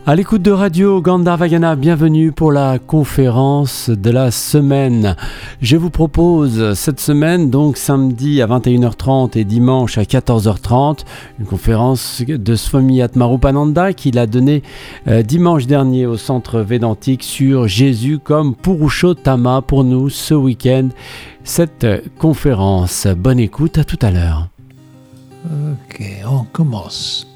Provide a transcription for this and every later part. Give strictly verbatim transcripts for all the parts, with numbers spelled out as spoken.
À l'écoute de Radio Gandharvagana, bienvenue pour la conférence de la semaine. Je vous propose cette semaine, donc samedi à vingt et une heures trente et dimanche à quatorze heures trente, une conférence de Swami Atmarupananda qu'il a donnée euh, dimanche dernier au Centre Védantique sur Jésus comme Purushottama pour nous ce week-end. Cette conférence, bonne écoute, à tout à l'heure. Ok, on commence.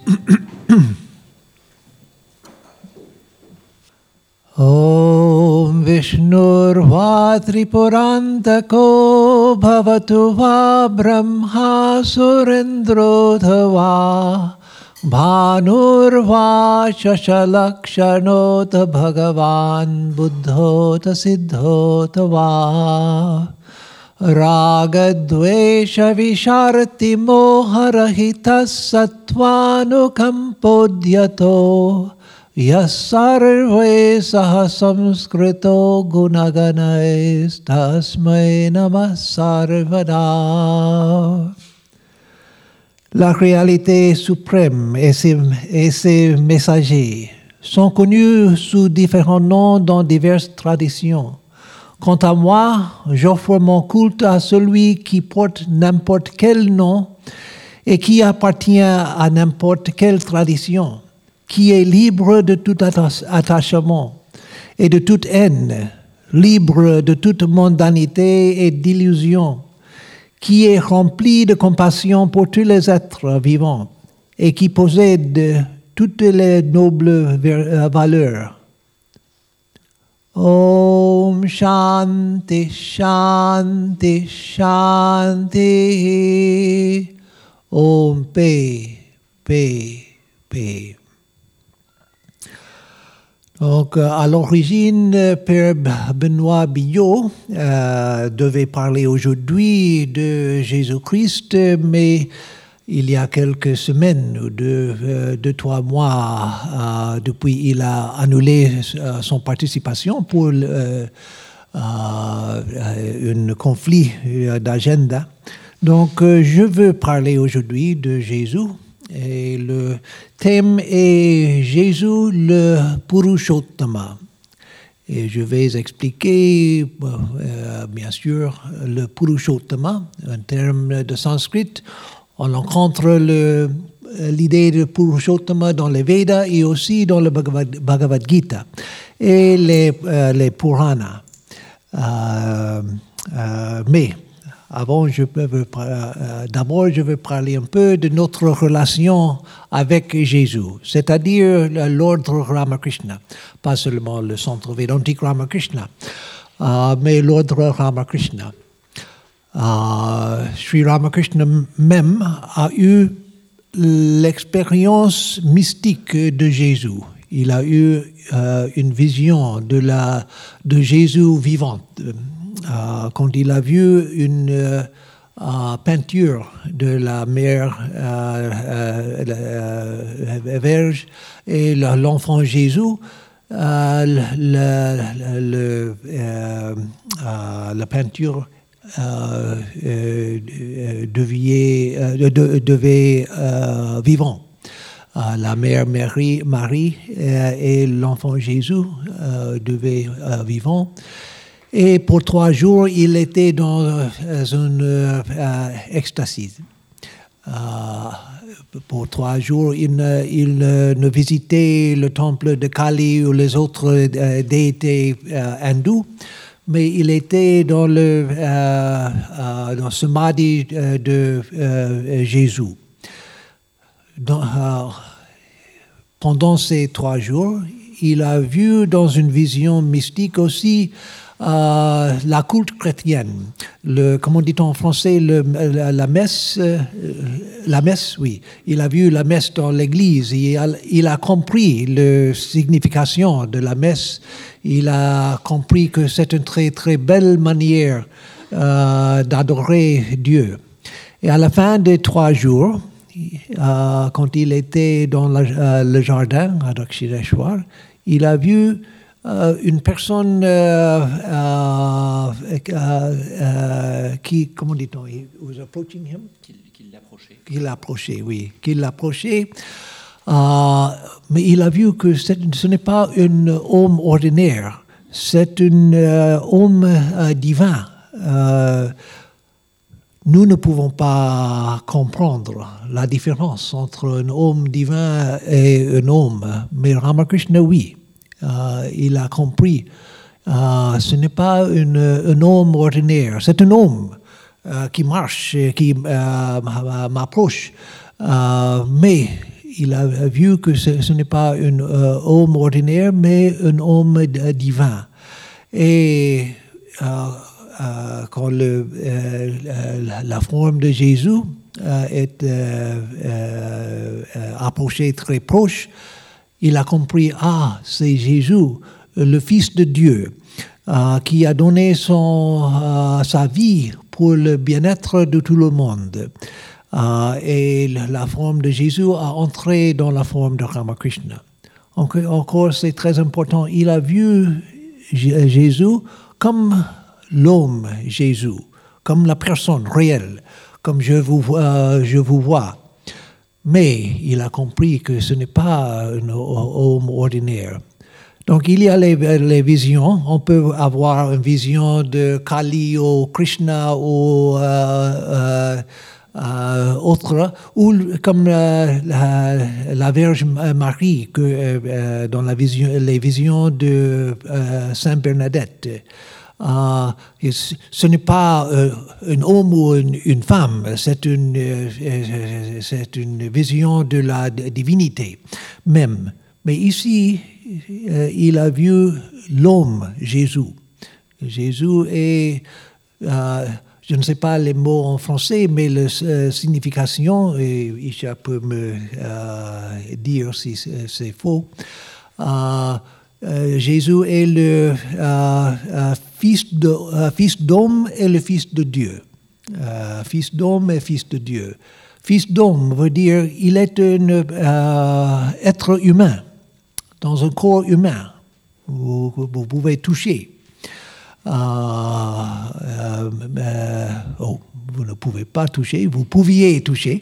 Om Vishnurva Tripurantako Bhavatu Va Brahma Surendrodhava Bhanurva Shashalakshanoth Bhagavan Buddhota Siddhota Va Ragadvesha Visharti Moharahitas Sattvanukampodhyato Yasarve saha samskrito gunaganais tasmai namah sarvada. La réalité suprême et ses, et ses messagers sont connus sous différents noms dans diverses traditions. Quant à moi, j'offre mon culte à celui qui porte n'importe quel nom et qui appartient à n'importe quelle tradition, qui est libre de tout attachement et de toute haine, libre de toute mondanité et d'illusion, qui est rempli de compassion pour tous les êtres vivants et qui possède toutes les nobles valeurs. Om Shanti Shanti Shanti Om Paix Paix Paix. Donc, à l'origine, Père Benoît Billot euh, devait parler aujourd'hui de Jésus-Christ, mais il y a quelques semaines ou deux, euh, deux trois mois, euh, depuis, il a annulé euh, son participation pour euh, euh, un conflit d'agenda. Donc, euh, je veux parler aujourd'hui de Jésus. Et le thème est Jésus le Purushottama. Et je vais expliquer, euh, bien sûr, le Purushottama, un terme de sanskrit. On rencontre le, l'idée de Purushottama dans les Védas et aussi dans le Bhagavad, Bhagavad Gita et les, euh, les Puranas. Euh, euh, mais Avant, je veux, euh, d'abord, je veux parler un peu de notre relation avec Jésus, c'est-à-dire l'ordre Ramakrishna, pas seulement le centre védantique Ramakrishna, euh, mais l'ordre Ramakrishna. Euh, Sri Ramakrishna même a eu l'expérience mystique de Jésus. Il a eu euh, une vision de, la, de Jésus vivant. Euh, quand il a vu une euh, euh, peinture de la Mère euh, euh, euh, Vierge et l'enfant Jésus, euh, le, le, euh, euh, la peinture euh, euh, devait, euh, de, devait euh, vivant. Euh, la Mère Marie, Marie euh, et l'enfant Jésus euh, devaient euh, vivant. Et pour trois jours, il était dans euh, une euh, extasie. Euh, pour trois jours, il, ne, il ne visitait le temple de Kali ou les autres euh, déités euh, hindous, mais il était dans le euh, euh, dans ce samadhi euh, de euh, Jésus. Dans, euh, pendant ces trois jours, il a vu dans une vision mystique aussi Euh, la culte chrétienne, le, comment dit-on en français, le, la, la messe, euh, la messe, oui. Il a vu la messe dans l'église, il a, il a compris la signification de la messe, il a compris que c'est une très très belle manière euh, d'adorer Dieu. Et à la fin des trois jours, euh, quand il était dans la, euh, le jardin à Dakshineshwar, il a vu Euh, une personne euh, euh, euh, euh, qui, comment dit-on, he was approaching him? Qui, qui l'approchait. Qui l'approchait, oui, qui l'approchait Euh, mais il a vu que ce n'est pas un homme ordinaire, c'est un euh, homme euh, divin. Euh, nous ne pouvons pas comprendre la différence entre un homme divin et un homme, mais Ramakrishna, oui, euh, il a compris. Euh, ce n'est pas une, un homme ordinaire, c'est un homme euh, qui marche, qui euh, m'approche, euh, mais il a vu que ce, ce n'est pas un euh, homme ordinaire, mais un homme divin. Et euh, euh, quand le, euh, la forme de Jésus euh, est euh, euh, approchée très proche, il a compris, ah, c'est Jésus, le Fils de Dieu, euh, qui a donné son, euh, sa vie pour le bien-être de tout le monde. Euh, et la forme de Jésus a entré dans la forme de Ramakrishna. Encore, encore c'est très important, il a vu Jésus comme l'homme Jésus, comme la personne réelle, comme je vous, euh, je vous vois. Mais il a compris que ce n'est pas un homme ordinaire. Donc il y a les, les visions. On peut avoir une vision de Kali ou Krishna ou euh, euh, euh, autre, ou comme euh, la, la Vierge Marie que, euh, dans la vision, les visions de euh, Sainte Bernadette. Euh, ce n'est pas euh, un homme ou une, une femme, c'est une, euh, c'est une vision de la divinité même. Mais ici, euh, il a vu l'homme, Jésus. Jésus est, euh, je ne sais pas les mots en français, mais la euh, signification, et Isha peut me euh, dire si c'est faux, euh, Euh, Jésus est le euh, euh, fils, de, euh, fils d'homme et le fils de Dieu. Euh, fils d'homme et fils de Dieu. Fils d'homme veut dire il est un euh, être humain, dans un corps humain. Vous, vous pouvez toucher. Euh, euh, euh, oh, vous ne pouvez pas toucher, vous pouviez toucher.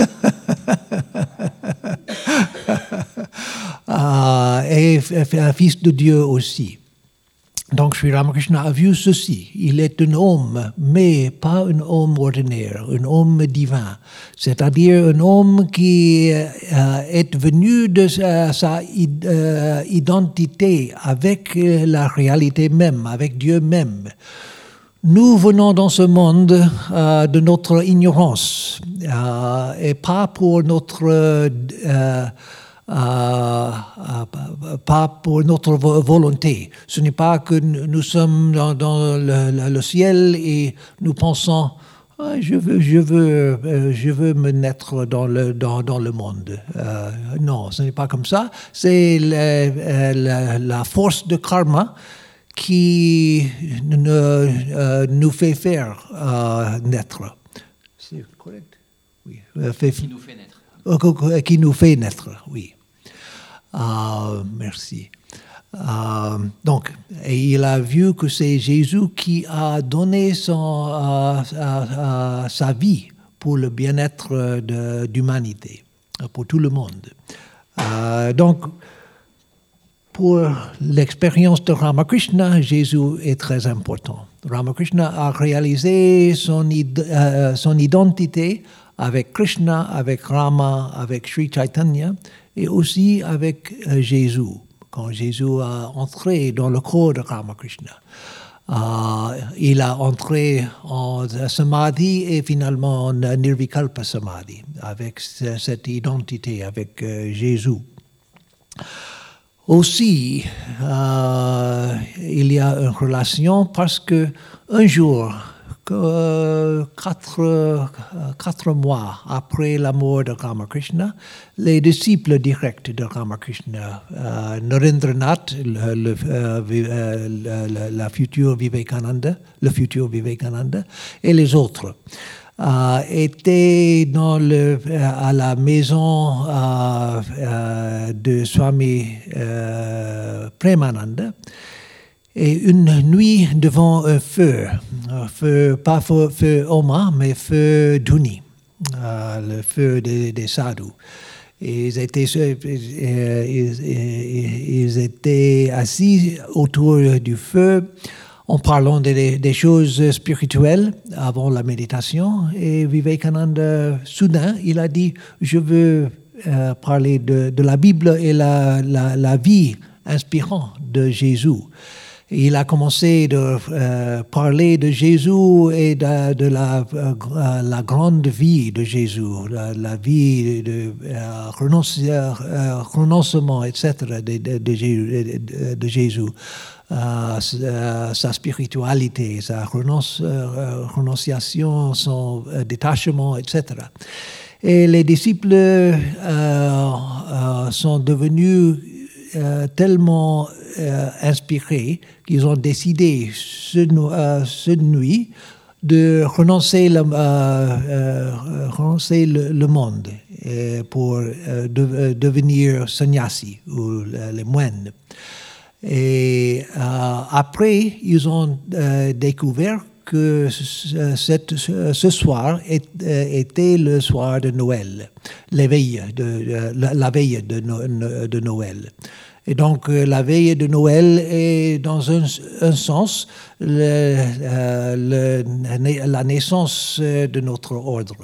Euh, et un fils de Dieu aussi. Donc Sri Ramakrishna a vu ceci. Il est un homme, mais pas un homme ordinaire, un homme divin. C'est-à-dire un homme qui euh, est venu de sa, sa euh, identité avec la réalité même, avec Dieu même. Nous venons dans ce monde euh, de notre ignorance euh, et pas pour notre... Euh, Euh, euh, pas pour notre volonté. Ce n'est pas que nous sommes dans, dans le, le ciel et nous pensons ah, je veux, je veux, euh, je veux me naître dans le dans, dans le monde. Euh, non, ce n'est pas comme ça. C'est la, la, la force de karma qui ne, euh, nous fait faire euh, naître. C'est correct? Oui. Fait, qui nous fait naître. Qui nous fait naître, oui. Euh, merci. Euh, donc, et il a vu que c'est Jésus qui a donné son, euh, euh, sa vie pour le bien-être de l'humanité, pour tout le monde. Euh, donc, pour l'expérience de Ramakrishna, Jésus est très important. Ramakrishna a réalisé son, euh, son identité avec Krishna, avec Rama, avec Sri Chaitanya, et aussi avec euh, Jésus, quand Jésus a entré dans le corps de Ramakrishna. Euh, il a entré en Samadhi et finalement en Nirvikalpa Samadhi, avec cette identité, avec euh, Jésus. Aussi, euh, il y a une relation parce que un jour, que quatre, quatre mois après la mort de Ramakrishna, les disciples directs de Ramakrishna, euh, Narendranath, le, le, euh, le, la future Vivekananda, le futur Vivekananda, et les autres, euh, étaient dans le, à la maison euh, euh, de Swami euh, Premananda. Et une nuit devant un feu, un feu pas feu, feu Oma, mais feu Dhuni, euh, le feu des, des sadhus. Ils étaient, ils, ils étaient assis autour du feu en parlant des, des choses spirituelles avant la méditation. Et Vivekananda, soudain, il a dit, je veux euh, parler de, de la Bible et la, la, la vie inspirante de Jésus. Et il a commencé de euh, parler de Jésus et de, de la, euh, la grande vie de Jésus, la, la vie de euh, renoncement, euh, renoncement, et cetera de, de, de, de, de Jésus, euh, sa, sa spiritualité, sa renonce, euh, renonciation, son euh, détachement, et cetera. Et les disciples euh, euh, sont devenus euh, tellement euh, inspirés qu'ils ont décidé ce, euh, cette nuit de renoncer le, euh, euh, renoncer le, le monde pour euh, de, devenir sannyasi ou les moines. Et euh, après, ils ont euh, découvert que cette, ce soir était le soir de Noël, la veille de, la veille de, de Noël. Et donc, la veille de Noël est, dans un, un sens, le, le, la naissance de notre ordre.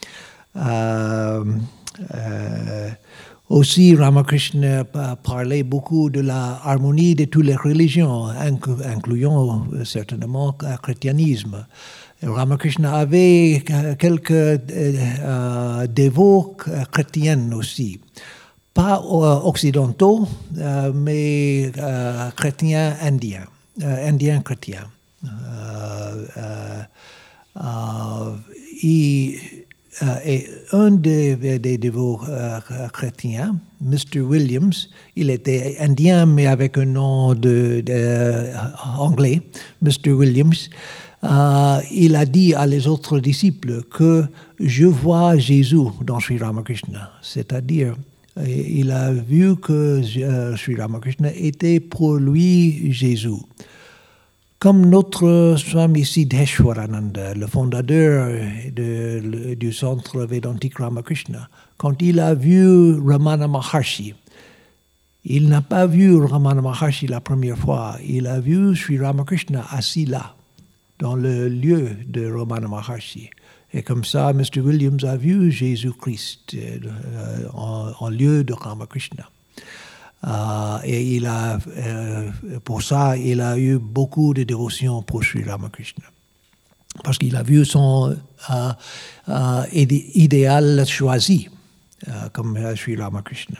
Euh, euh, Aussi, Ramakrishna parlait beaucoup de la harmonie de toutes les religions, incluant certainement le christianisme. Ramakrishna avait quelques euh, dévots chrétiens aussi. Pas occidentaux, euh, mais euh, chrétiens indiens, euh, indiens chrétiens. Euh, euh, euh, et, euh, et un des, des dévots euh, chrétiens, mister Williams, il était indien mais avec un nom de, de, euh, anglais, mister Williams, euh, il a dit à les autres disciples que je vois Jésus dans Sri Ramakrishna, c'est-à-dire il a vu que euh, Sri Ramakrishna était pour lui Jésus. Comme notre Swami Siddheshwarananda, le fondateur de, le, du centre védantique Ramakrishna, quand il a vu Ramana Maharshi, il n'a pas vu Ramana Maharshi la première fois, il a vu Sri Ramakrishna assis là, dans le lieu de Ramana Maharshi. Et comme ça, mister Williams a vu Jésus-Christ euh, en, en lieu de Ramakrishna. Euh, et il a, euh, pour ça, il a eu beaucoup de dévotion pour Sri Ramakrishna. Parce qu'il a vu son euh, euh, idéal choisi, euh, comme Sri Ramakrishna.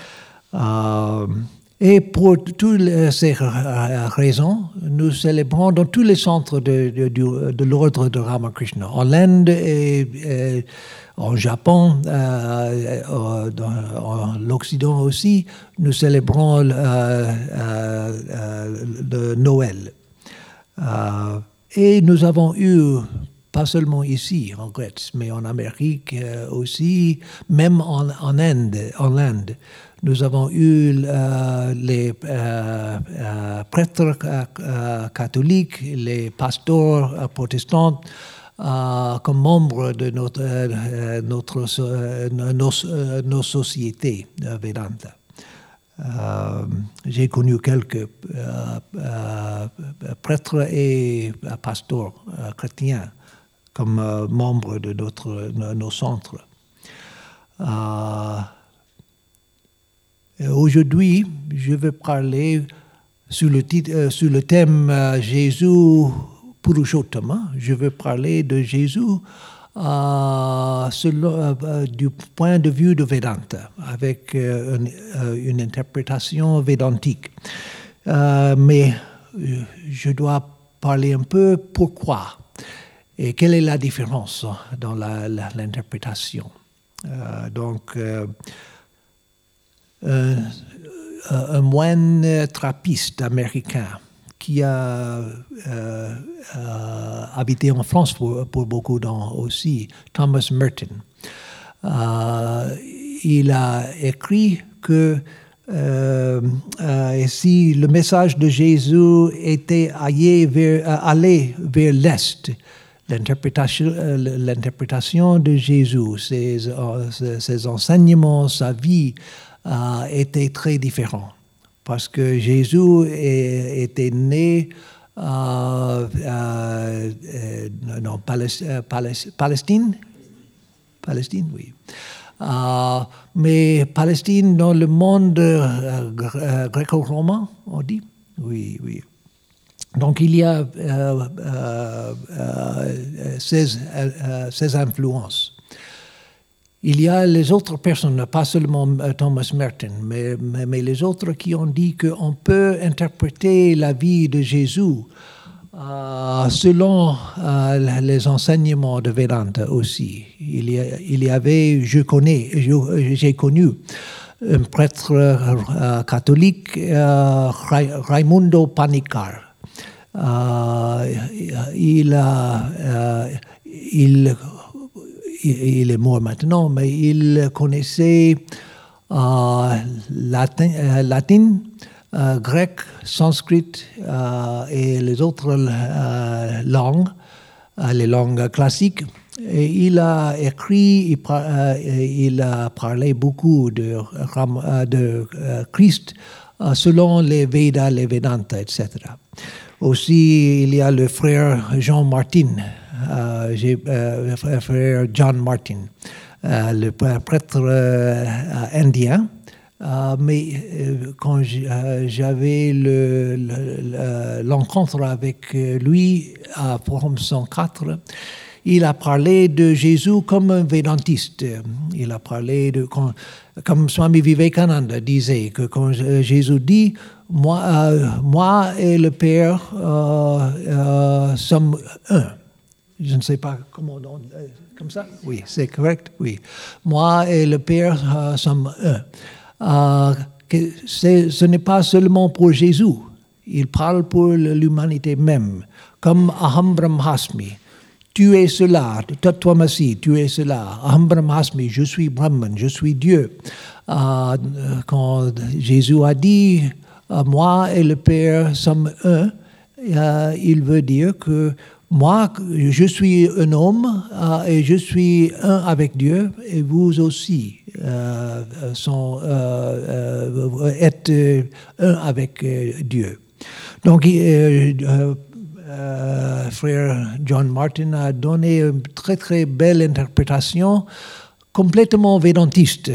Euh, Et pour toutes ces raisons, nous célébrons dans tous les centres de, de, de, de l'ordre de Ramakrishna, en Inde et, et en Japon, euh, dans en l'Occident aussi, nous célébrons euh, euh, euh, le Noël. Euh, et nous avons eu, pas seulement ici en Grèce, mais en Amérique aussi, même en, en Inde, en Inde, nous avons eu euh, les euh, euh, prêtres euh, catholiques, les pasteurs euh, protestants euh, comme membres de notre, euh, notre, euh, nos, euh, nos sociétés euh, Vedanta. Euh, j'ai connu quelques euh, euh, prêtres et euh, pasteurs euh, chrétiens comme euh, membres de notre, nos centres. Euh, Aujourd'hui, je vais parler sur le, titre, euh, sur le thème euh, Jésus Purushottama. Je vais parler de Jésus euh, selon, euh, du point de vue de Vedanta, avec euh, une, euh, une interprétation védantique. Euh, mais euh, je dois parler un peu pourquoi et quelle est la différence dans la, la, l'interprétation. Euh, donc, euh, Euh, un moine trappiste américain qui a euh, euh, habité en France pour, pour beaucoup d'années aussi, Thomas Merton. Euh, il a écrit que euh, euh, si le message de Jésus était allé vers, allé vers l'Est, l'interprétation, l'interprétation de Jésus, ses, ses enseignements, sa vie euh, étaient très différents. Parce que Jésus est, était né euh, euh, euh, non, Palestine, Palestine, Palestine, oui. Euh, mais Palestine dans le monde euh, gréco-romain, on dit, oui, oui. Donc il y a euh, euh, euh, ces, euh, ces influences. Il y a les autres personnes, pas seulement Thomas Merton, mais, mais, mais les autres qui ont dit qu'on peut interpréter la vie de Jésus euh, selon euh, les enseignements de Vedanta aussi. Il y, a, il y avait, je connais, je, j'ai connu un prêtre euh, catholique, euh, Raimundo Panikkar. Euh, il, a, euh, il, il est mort maintenant, mais il connaissait euh, latin, euh, latin euh, grec, sanskrit euh, et les autres euh, langues, euh, les langues classiques. Et il a écrit, il, euh, il a parlé beaucoup de, de euh, Christ euh, selon les Védas, les Vedanta, et cetera. Aussi, il y a le frère Jean Martin, euh, j'ai, euh, le frère John Martin, euh, le prêtre euh, indien. Euh, mais euh, quand j'avais le, le, l'encontre avec lui à Forum cent quatre, il a parlé de Jésus comme un védantiste. Il a parlé de, quand, comme Swami Vivekananda disait, que quand Jésus dit « Moi, euh, moi et le Père euh, euh, sommes un ». Je ne sais pas comment on dit, comme ça? Oui, c'est correct, oui. Moi et le Père euh, sommes un. Euh, que c'est, ce n'est pas seulement pour Jésus, il parle pour l'humanité même, comme Aham Brahmasmi. Tu es cela, Tatvamasi, tu es cela. Aham Brahmasmi, je suis Brahman, je suis Dieu. Euh, quand Jésus a dit euh, moi et le Père sommes un, euh, il veut dire que moi, je suis un homme euh, et je suis un avec Dieu, et vous aussi euh, sont, euh, euh, êtes un avec euh, Dieu. Donc, euh, euh, euh, frère John Martin a donné une très très belle interprétation, complètement védantiste,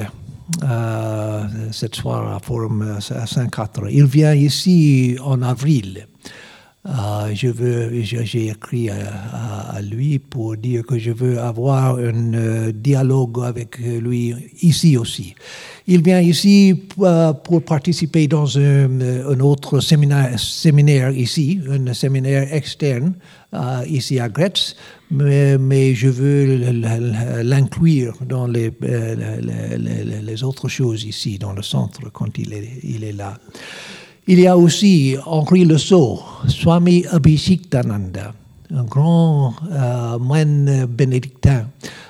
euh, cette soirée à Forum cent quatre. Il vient ici en avril. Uh, je veux, j'ai écrit à, à, à lui pour dire que je veux avoir un uh, dialogue avec lui ici aussi. Il vient ici uh, pour participer dans un, un autre séminaire, séminaire ici, un séminaire externe uh, ici à Gretz, mais, mais je veux l'inclure dans les, les, les, les autres choses ici, dans le centre, quand il est, il est là. Il y a aussi Henri Le Sceau, Swami Abhishektananda, un grand euh, moine bénédictin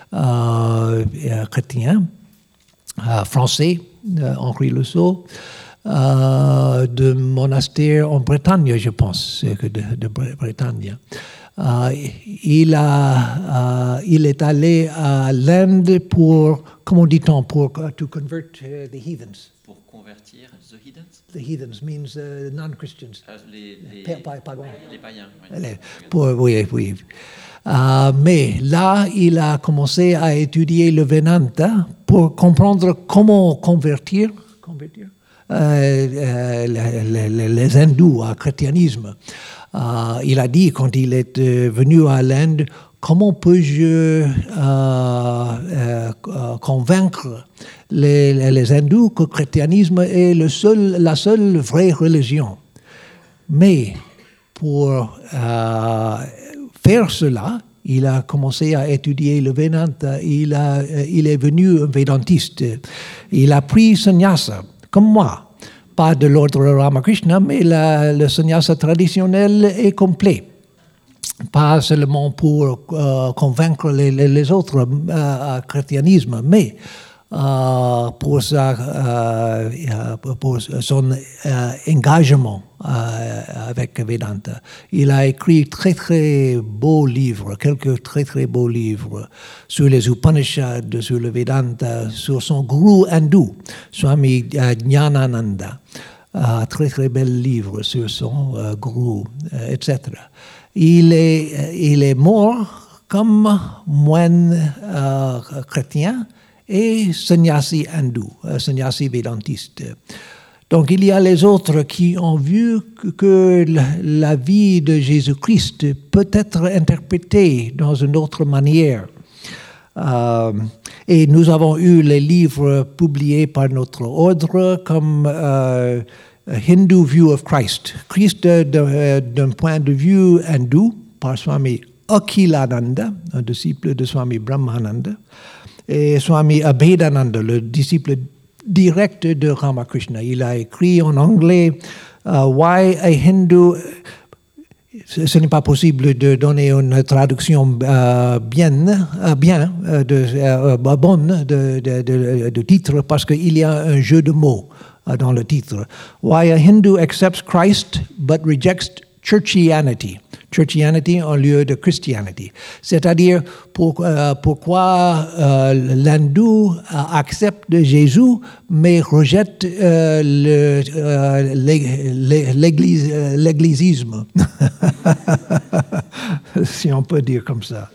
euh, chrétien, euh, français, euh, Henri Le Sceau, euh, de monastère en Bretagne, je pense, de, de Bretagne. Euh, il, a, euh, il est allé à l'Inde pour, comment dit-on, pour uh, to convert uh, the heathens. Pour convertir the heathens. The heathens means uh, non-Christians. Euh, les, les, pa- pa- pardon. les païens. Oui. Les, pour, oui, oui. Euh, mais là, il a commencé à étudier le Vedanta pour comprendre comment convertir, convertir euh, euh, les, les, les hindous au christianisme. Euh, il a dit, quand il est euh, venu à l'Inde, comment peux-je euh, euh, convaincre les, les, les hindous que le christianisme est le seul, la seule vraie religion? Mais pour euh, faire cela, il a commencé à étudier le Vedanta. Il, a, il est venu un védantiste. Il a pris sannyasa, comme moi. Pas de l'ordre Ramakrishna, mais la, le sannyasa traditionnel est complet. Pas seulement pour euh, convaincre les, les, les autres euh, à christianisme, mais euh, pour, sa, euh, pour son euh, engagement euh, avec Vedanta. Il a écrit très très beaux livres, quelques très très beaux livres sur les Upanishads, sur le Vedanta, sur son gourou hindou, Swami euh, Jnanananda. Uh, très très bel livre sur son uh, gourou, uh, et cetera. Il est, il est mort comme moine uh, chrétien et sannyasi hindou, uh, sannyasi védantiste. Donc il y a les autres qui ont vu que, que la, la vie de Jésus-Christ peut être interprétée dans une autre manière. Uh, et nous avons eu les livres publiés par notre ordre comme uh, A Hindu View of Christ, Christ d'un point de vue hindou par Swami Akhilananda, un disciple de Swami Brahmananda, et Swami Abhedananda, le disciple direct de Ramakrishna. Il a écrit en anglais uh, Why a Hindu. Ce n'est pas possible de donner une traduction euh, bien, euh, bien euh, de, euh, bonne de, de, de, de titre parce qu'il y a un jeu de mots euh, dans le titre. Why a Hindu accepts Christ but rejects churchianity. Churchianity en lieu de Christianity. C'est-à-dire pour, euh, pourquoi euh, l'hindou accepte Jésus mais rejette euh, le, euh, l'église, euh, l'églisisme, si on peut dire comme ça.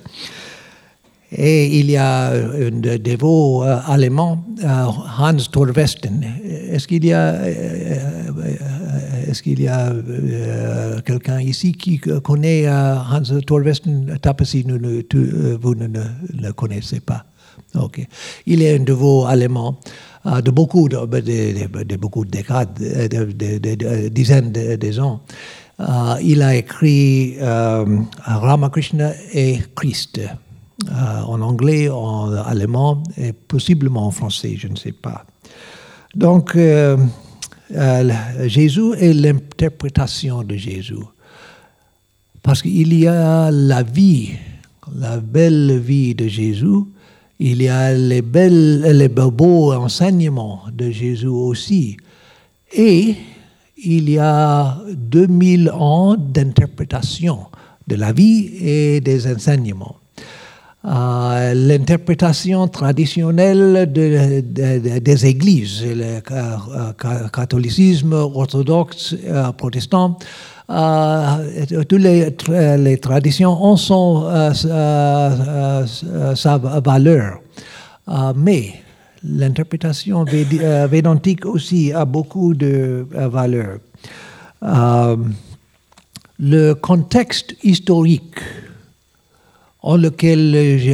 Et il y a un dévot euh, allemand, euh, Hans Torwesten. Est-ce qu'il y a, euh, est-ce qu'il y a euh, quelqu'un ici qui connaît euh, Hans Torwesten? Tapez si vous ne, tu, euh, vous ne le connaissez pas. Okay. Il est un dévot allemand euh, de beaucoup de, de, de, de beaucoup de décades, de, de, de, de dizaines de, de ans. Euh, il a écrit euh, Ramakrishna et Christ. Euh, en anglais, en allemand et possiblement en français, je ne sais pas. Donc, euh, euh, Jésus et l'interprétation de Jésus. Parce qu'il y a la vie, la belle vie de Jésus, il y a les, belles, les beaux enseignements de Jésus aussi. Et il y a deux mille ans d'interprétation de la vie et des enseignements. Euh, l'interprétation traditionnelle de, de, de, des églises, le euh, catholicisme, orthodoxe, euh, protestant, euh, toutes les, les traditions ont son, euh, euh, euh, sa valeur. Euh, mais l'interprétation véd, euh, védantique aussi a beaucoup de euh, valeur. Euh, le contexte historique en lequel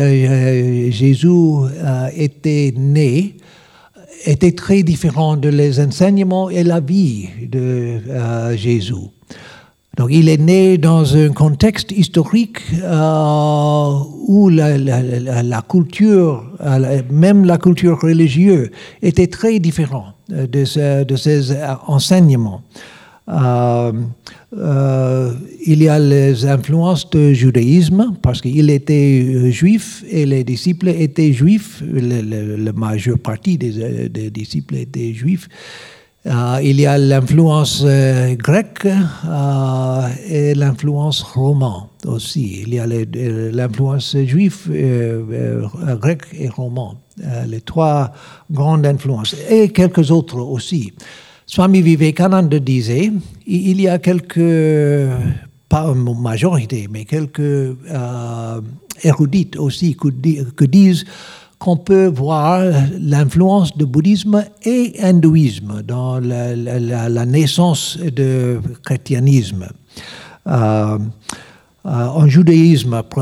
Jésus euh, était né était très différent de les enseignements et la vie de euh, Jésus. Donc il est né dans un contexte historique euh, où la, la, la, la culture, euh, même la culture religieuse, était très différente de, ce, de ces enseignements. Euh, euh, il y a les influences du judaïsme parce qu'il était juif et les disciples étaient juifs, le, le, la majeure partie des, des disciples étaient juifs. Euh, il y a l'influence euh, grecque euh, et l'influence romane aussi. Il y a les, l'influence juive, euh, euh, grecque et romane, euh, les trois grandes influences et quelques autres aussi. Swami Vivekananda disait, il y a quelques, pas une majorité, mais quelques euh, érudites aussi qui disent qu'on peut voir l'influence du bouddhisme et hindouisme dans la, la, la naissance du christianisme. Euh, euh, en judaïsme, euh,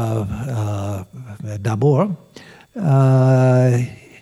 euh, d'abord, euh,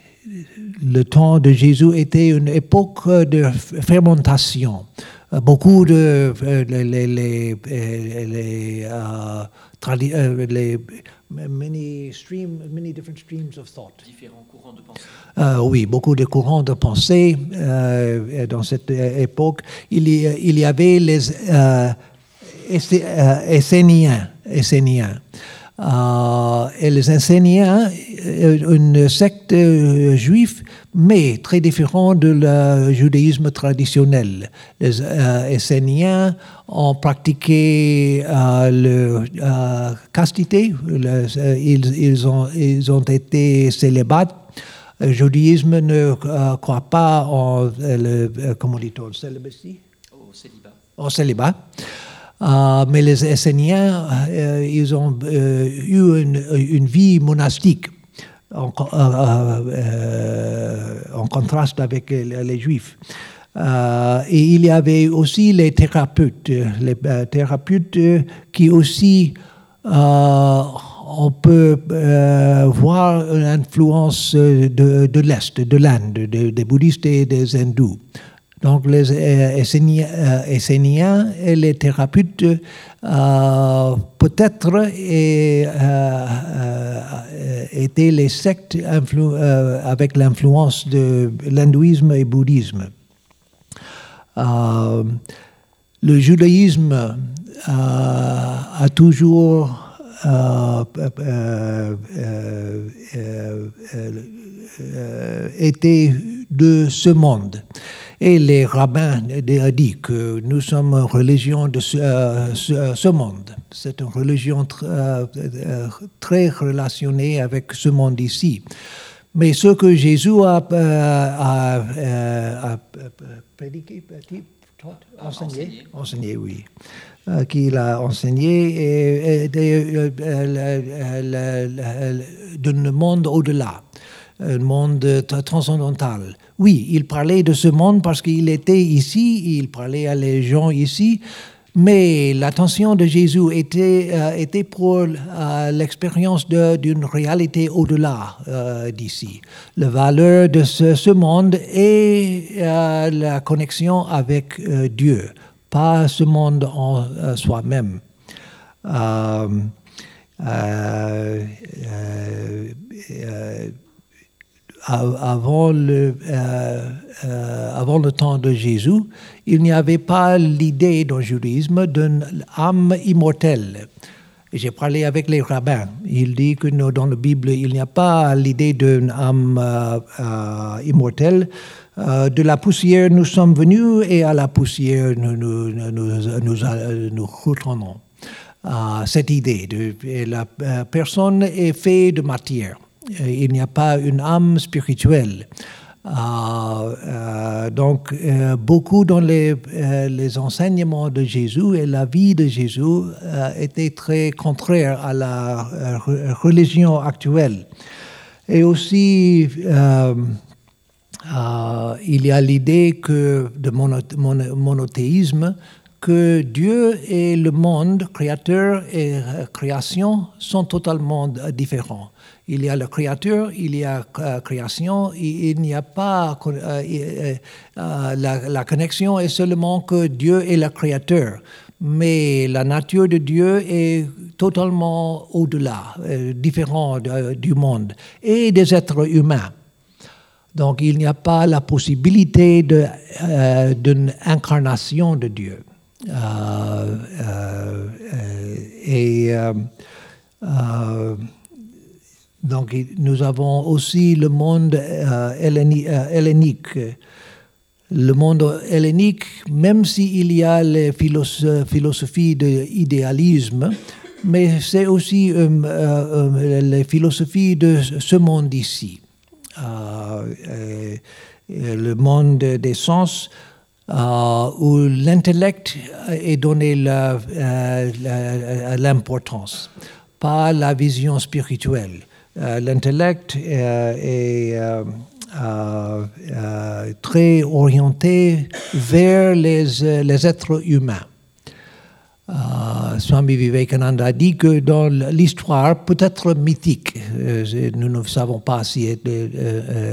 le temps de Jésus était une époque de fermentation. Beaucoup de les, les, les, les, uh, tradi- uh, les many stream, many different streams of thought. Différents courants de pensée. Uh, oui, beaucoup de courants de pensée uh, dans cette époque. Il y, il y avait les uh, Esséniens, Esséniens. Euh, et les Esséniens, une secte euh, juive, mais très différente de le judaïsme traditionnel. Les euh, Esséniens ont pratiqué euh, le euh, castité, le, euh, ils, ils, ont, ils ont été célibats. Le judaïsme ne euh, croit pas en euh, le, euh, comment dit-on, célibacy? Au célibat. Au célibat. Euh, mais les Esséniens, euh, ils ont euh, eu une, une vie monastique en, euh, euh, en contraste avec les, les Juifs. Euh, et il y avait aussi les thérapeutes, les euh, thérapeutes qui aussi, euh, on peut euh, voir une influence de, de l'Est, de l'Inde, de, des bouddhistes et des hindous. Donc les euh, Esséniens, euh, Esséniens et les thérapeutes euh, peut-être et, euh, euh, étaient les sectes influ- euh, avec l'influence de l'hindouisme et bouddhisme. Euh, le judaïsme euh, a toujours euh, euh, euh, euh, euh, été de ce monde. Et les rabbins ont dit que nous sommes une religion de ce, euh, ce, ce monde. C'est une religion tr- euh, très relationnée avec ce monde ici. Mais ce que Jésus a, euh, a, euh, a prédiqué, enseigné, enseigné, oui, euh, qu'il a enseigné, est d'un monde au-delà, un monde transcendantal. Oui, il parlait de ce monde parce qu'il était ici, il parlait à les gens ici, mais l'attention de Jésus était, euh, était pour euh, l'expérience de, d'une réalité au-delà euh, d'ici. La valeur de ce, ce monde et euh, la connexion avec euh, Dieu, pas ce monde en euh, soi-même. Euh, euh, euh, euh, Avant le, euh, euh, avant le temps de Jésus, il n'y avait pas l'idée dans le judaïsme d'une âme immortelle. J'ai parlé avec les rabbins. Il dit que dans la Bible, il n'y a pas l'idée d'une âme euh, euh, immortelle. Euh, de la poussière, nous sommes venus et à la poussière, nous nous, nous, nous, nous, nous retournons. Euh, cette idée, de, la euh, personne est faite de matière. Il n'y a pas une âme spirituelle. Euh, euh, donc, euh, beaucoup dans les, euh, les enseignements de Jésus et la vie de Jésus euh, étaient très contraires à la euh, religion actuelle. Et aussi, euh, euh, il y a l'idée que de mono, mono, monothéisme, que Dieu et le monde, créateur et euh, création, sont totalement différents. Il y a le créateur, il y a la création, il n'y a pas euh, euh, euh, la, la connexion est seulement que Dieu est le créateur, mais la nature de Dieu est totalement au-delà, euh, différent de, du monde et des êtres humains. Donc il n'y a pas la possibilité de, euh, d'une incarnation de Dieu. Euh, euh, et euh, euh, donc nous avons aussi le monde euh, hellénique. Le monde hellénique, même s'il y a les philosoph- philosophies d'idéalisme, mais c'est aussi euh, euh, les philosophies de ce monde ici. Euh, euh, le monde des sens, euh, où l'intellect est donné la, euh, la, l'importance, pas la vision spirituelle. Euh, l'intellect euh, est euh, euh, euh, très orienté vers les, les êtres humains. Euh, Swami Vivekananda a dit que dans l'histoire, peut-être mythique, euh, nous ne savons pas si euh, euh,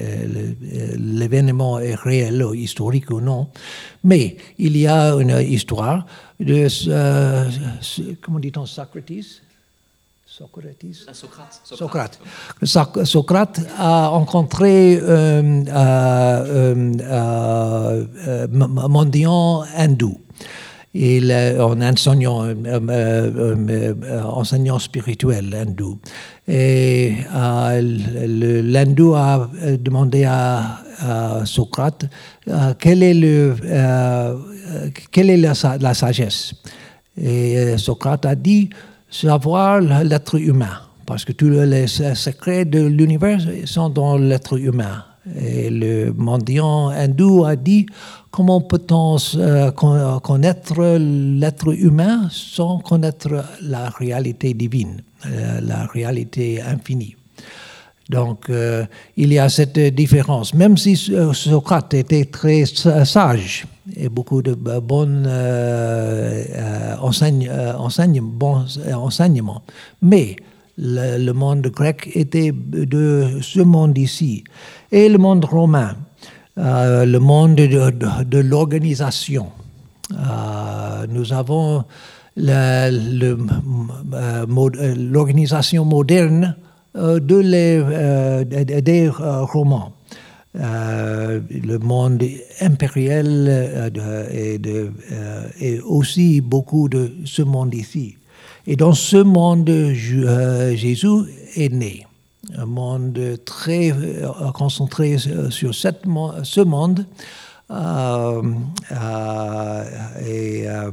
l'événement est réel ou historique ou non, mais il y a une histoire de, euh, comment dit-on, Socrates Socrates. Socrate. Socrate. Socrate. Socrate a rencontré un euh, euh, euh, euh, mendiant hindou. il, un enseignant, euh, euh, euh, enseignant spirituel hindou. Et euh, l'hindou a demandé à, à Socrate euh, quelle est, le, euh, quelle est la, la sagesse. Et Socrate a dit savoir l'être humain, parce que tous les secrets de l'univers sont dans l'être humain. Et le mendiant hindou a dit comment peut-on euh, connaître l'être humain sans connaître la réalité divine, euh, la réalité infinie. Donc, euh, il y a cette différence. Même si Socrate était très sage et beaucoup de bons euh, euh, enseigne, euh, enseigne, bons enseignements, mais le, le monde grec était de ce monde ici. Et le monde romain, euh, le monde de, de, de l'organisation. Euh, nous avons la, le, euh, mod, l'organisation moderne de les, euh, des euh, romans. Euh, le monde impérial euh, de, et, de, euh, et aussi beaucoup de ce monde ici. Et dans ce monde, euh, Jésus est né. Un monde très euh, concentré sur cette, ce monde. Euh, euh, et, euh,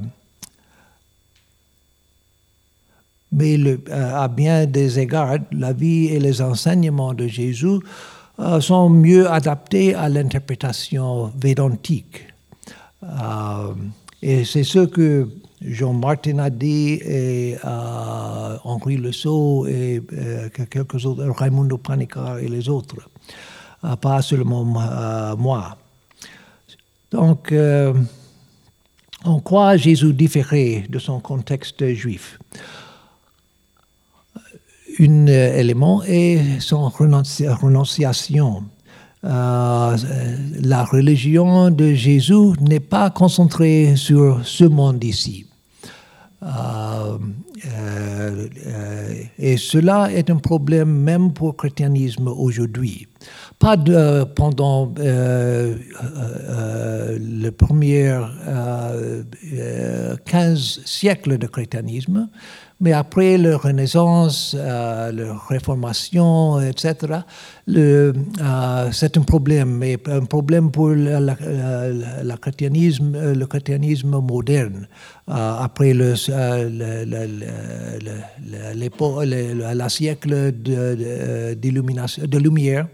mais le, à bien des égards, la vie et les enseignements de Jésus euh, sont mieux adaptés à l'interprétation védantique. Euh, et c'est ce que Jean Martin a dit, et euh, Henri Le Sceau, et euh, quelques autres, Raimundo Panikar et les autres, euh, pas seulement euh, moi. Donc, euh, en quoi Jésus différait de son contexte juif? Un élément est son renonciation. Euh, la religion de Jésus n'est pas concentrée sur ce monde ici. Euh, euh, et cela est un problème même pour le christianisme aujourd'hui. Pas de, pendant euh, euh, les premiers euh, quinze siècles de christianisme, mais après la Renaissance, euh, la Réformation, et cetera, le, euh, c'est un problème, mais un problème pour la, la, la, la christianisme, le christianisme moderne. Euh, après le, le, le, le, le, le, la siècle de, de, de lumière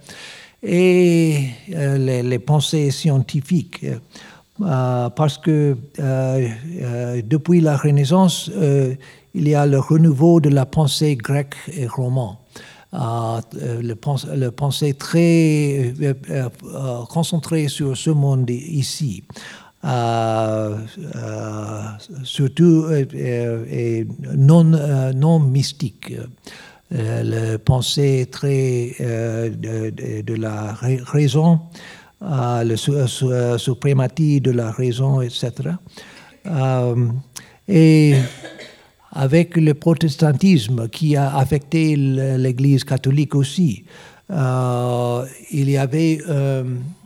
et euh, les, les pensées scientifiques. Euh, parce que euh, euh, depuis la Renaissance, euh, il y a le renouveau de la pensée grecque et romane. Euh, le, pense, le pensée très euh, euh, concentré sur ce monde ici. Euh, euh, surtout euh, euh, non, euh, non mystique. Euh, la pensée très euh, de, de, de la raison, euh, le su, su, suprématie de la raison, et cetera. Euh, et avec le protestantisme qui a affecté l'Église catholique aussi, euh, il y avait euh,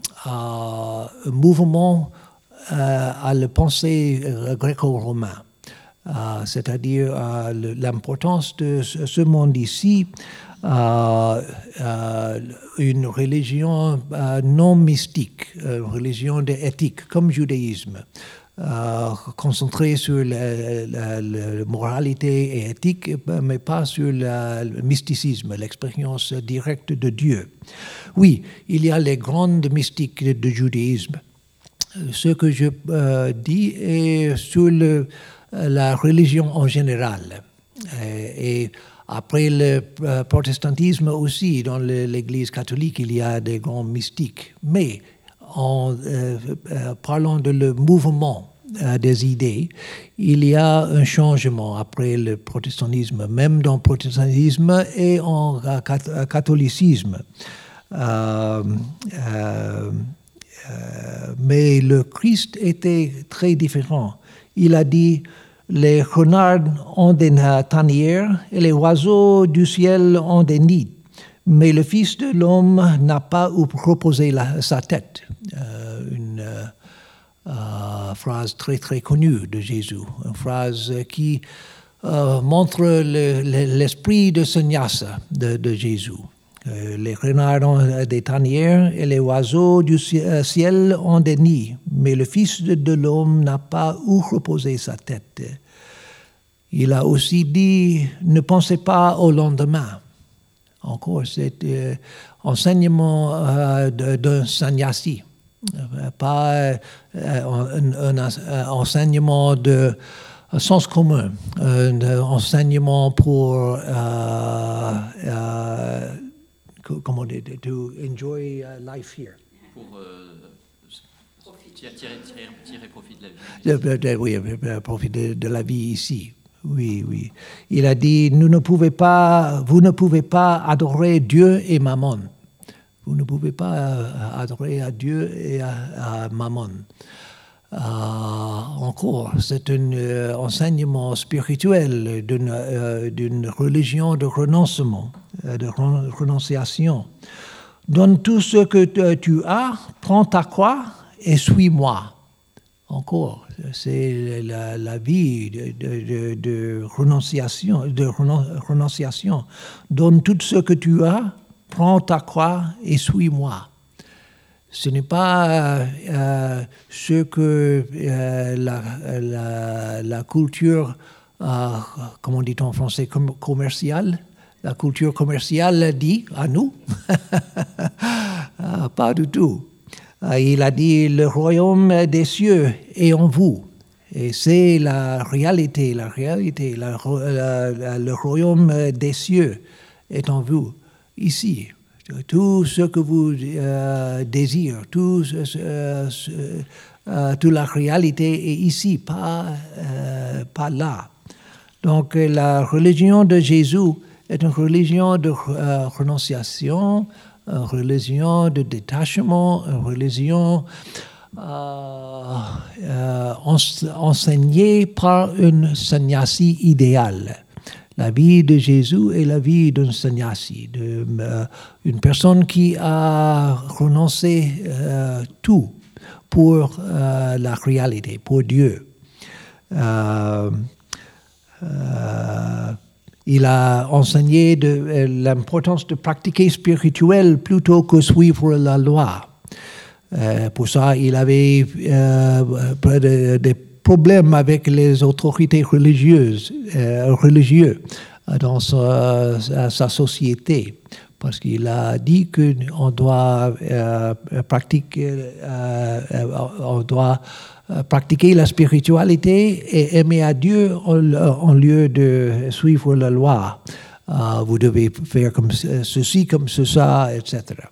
un mouvement euh, à la pensée gréco-romaine. Euh, c'est-à-dire euh, l'importance de ce, ce monde ici, euh, euh, une religion euh, non mystique, une religion d'éthique, comme le judaïsme, euh, concentrée sur la, la, la moralité et éthique, mais pas sur la, le mysticisme, l'expérience directe de Dieu. Oui, il y a les grandes mystiques du judaïsme. Ce que je euh, dis est sur le la religion en général. Et après le protestantisme aussi, dans l'Église catholique, il y a des grands mystiques. Mais en euh, parlant de le mouvement euh, des idées, il y a un changement après le protestantisme, même dans le protestantisme et en catholicisme. Euh, euh, euh, mais le Christ était très différent. Il a dit, les renards ont des tanières et les oiseaux du ciel ont des nids, mais le Fils de l'homme n'a pas où reposer la, sa tête. Euh, une, euh, euh, phrase très très connue de Jésus, une phrase qui euh, montre le, le, l'esprit de sannyasa de, de Jésus. Euh, les renards ont des tanières et les oiseaux du ciel ont des nids, mais le Fils de, de l'homme n'a pas où reposer sa tête. Il a aussi dit, ne pensez pas au lendemain. Encore, c'est euh, enseignement euh, d'un sannyasi, pas euh, un, un, un enseignement de sens commun, un enseignement pour euh, euh, comment dire, to enjoy life here. Pour euh, tirer, tirer, tirer profit de la vie. Oui, profit de, de la vie ici. Oui, oui. Il a dit, nous ne pouvez pas, vous ne pouvez pas adorer Dieu et Mammon. Vous ne pouvez pas adorer à Dieu et à, à Mammon. Euh, encore, c'est un euh, enseignement spirituel d'une, euh, d'une religion de renoncement, euh, de renonciation. Donne tout ce que tu as, prends ta croix et suis-moi. Encore, c'est la, la vie de, de, de, renonciation, de renonciation. Donne tout ce que tu as, prends ta croix et suis-moi. Ce n'est pas euh, ce que euh, la, la, la culture, euh, comment dit-on en français, com- commerciale, la culture commerciale dit à nous. Pas du tout. Il a dit, le royaume des cieux est en vous. Et c'est la réalité, la réalité, la, la, le royaume des cieux est en vous, ici. Tout ce que vous euh, désirez, tout, euh, euh, toute la réalité est ici, pas, euh, pas là. Donc la religion de Jésus est une religion de euh, renonciation, une religion de détachement, une religion euh, euh, enseignée par un sannyasi idéal. La vie de Jésus est la vie d'un sannyasi, de, euh, une personne qui a renoncé euh, tout pour euh, la réalité, pour Dieu. Euh, euh, il a enseigné de, euh, l'importance de pratiquer spirituel plutôt que suivre la loi. Euh, pour ça, il avait euh, des problèmes avec les autorités religieuses, euh, religieux dans sa, sa société, parce qu'il a dit qu'on doit euh, pratiquer, euh, on doit pratiquer la spiritualité et aimer à Dieu en, en lieu de suivre la loi. Euh, vous devez faire comme ceci, comme ça, et cetera.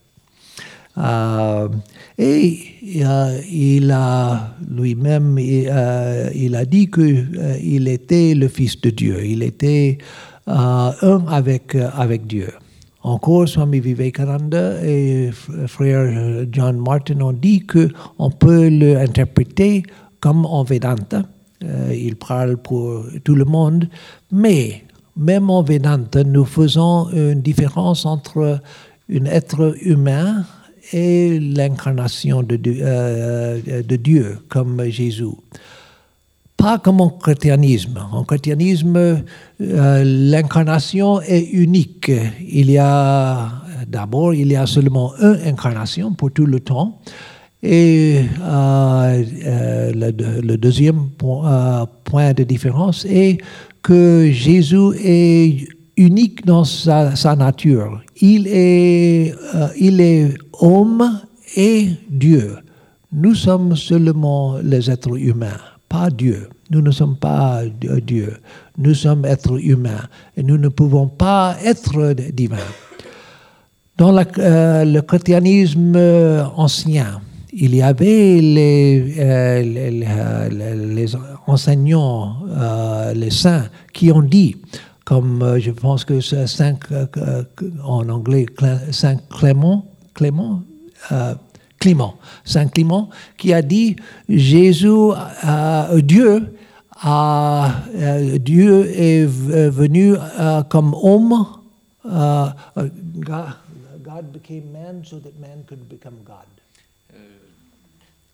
Euh, et euh, il a lui-même, il, euh, il a dit qu'il euh, était le Fils de Dieu, il était euh, un avec, avec Dieu. Encore, Swami Vivekananda et frère John Martin ont dit qu'on peut l'interpréter comme en Vedanta. Euh, il parle pour tout le monde, mais même en Vedanta, nous faisons une différence entre un être humain et l'incarnation de, euh, de Dieu, comme Jésus. Pas comme en christianisme. En christianisme, euh, l'incarnation est unique. Il y a, d'abord, il y a seulement une incarnation pour tout le temps. Et euh, euh, le, le deuxième point, euh, point de différence est que Jésus est unique dans sa, sa nature. Il est, euh, il est homme et Dieu. Nous sommes seulement les êtres humains, pas Dieu. Nous ne sommes pas Dieu. Nous sommes êtres humains et nous ne pouvons pas être divins. Dans la, euh, le christianisme ancien, il y avait les, euh, les, les, les enseignants, euh, les saints, qui ont dit, comme euh, je pense que c'est Saint, euh, en anglais, Saint Clément, Clément, euh, Clément, Saint Clément, qui a dit Jésus, euh, Dieu, a, euh, Dieu est venu euh, comme homme. Uh, God, God became man so that man could become God.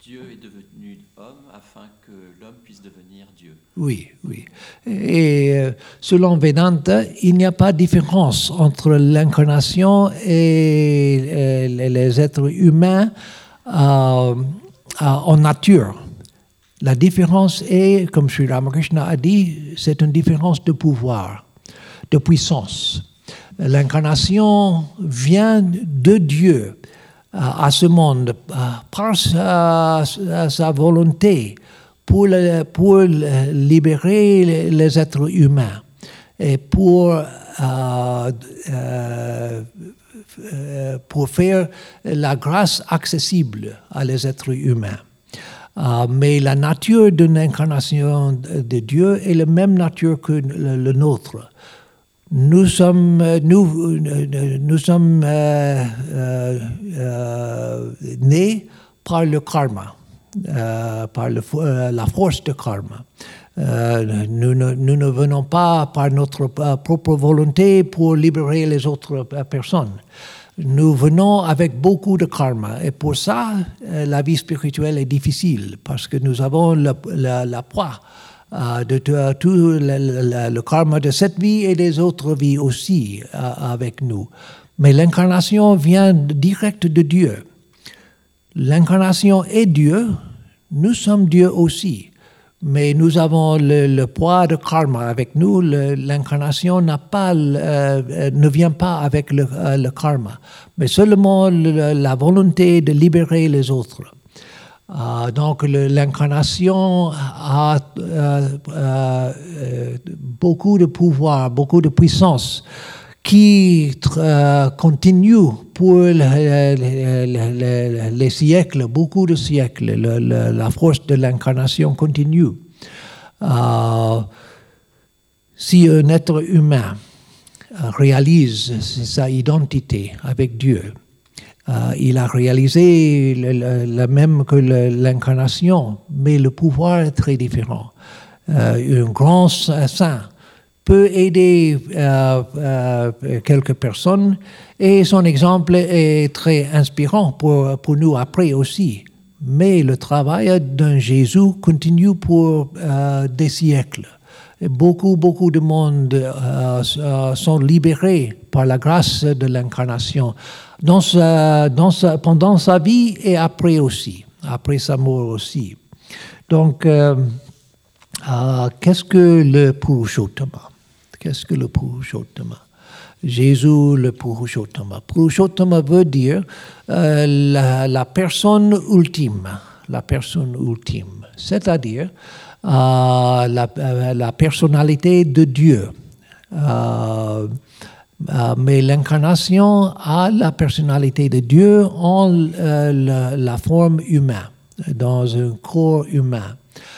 Dieu est devenu homme afin que l'homme puisse devenir Dieu. Oui, oui. Et euh, selon Vedanta, il n'y a pas de différence entre l'incarnation et euh, les êtres humains euh, euh, en nature. La différence est, comme Sri Ramakrishna a dit, c'est une différence de pouvoir, de puissance. L'incarnation vient de Dieu à ce monde par sa, sa volonté pour, le, pour libérer les, les êtres humains et pour, euh, euh, pour faire la grâce accessible à les êtres humains. Uh, mais la nature d'une incarnation de Dieu est la même nature que le, le nôtre. Nous sommes, nous, nous sommes euh, euh, euh, nés par le karma, euh, par le, euh, la force de karma. Euh, nous, ne, nous ne venons pas par notre propre volonté pour libérer les autres personnes. Nous venons avec beaucoup de karma et pour ça, la vie spirituelle est difficile parce que nous avons le, le, la poids euh, de tout le, le, le karma de cette vie et des autres vies aussi euh, avec nous. Mais l'incarnation vient direct de Dieu. L'incarnation est Dieu, nous sommes Dieu aussi. Mais nous avons le, le poids de karma avec nous. Le, l'incarnation n'a pas, euh, ne vient pas avec le, euh, le karma, mais seulement le, la volonté de libérer les autres. Euh, donc le, l'incarnation a euh, euh, beaucoup de pouvoir, beaucoup de puissance qui euh, continue pour le, le, le, les siècles, beaucoup de siècles. Le, le, la force de l'incarnation continue. Euh, si un être humain réalise sa identité avec Dieu, euh, il a réalisé le, le, le même que le, l'incarnation, mais le pouvoir est très différent. Euh, un grand saint peut aider euh, euh, quelques personnes et son exemple est très inspirant pour, pour nous après aussi. Mais le travail d'un Jésus continue pour euh, des siècles. Et beaucoup, beaucoup de monde euh, sont libérés par la grâce de l'incarnation dans sa, dans sa, pendant sa vie et après aussi, après sa mort aussi. Donc, euh, euh, qu'est-ce que le Purushottama? Qu'est-ce que le Purushottama? Jésus, le Purushottama. Purushottama veut dire euh, la, la personne ultime, la personne ultime, c'est-à-dire euh, la, la personnalité de Dieu. Euh, euh, mais l'incarnation a la personnalité de Dieu en euh, la, la forme humaine, dans un corps humain.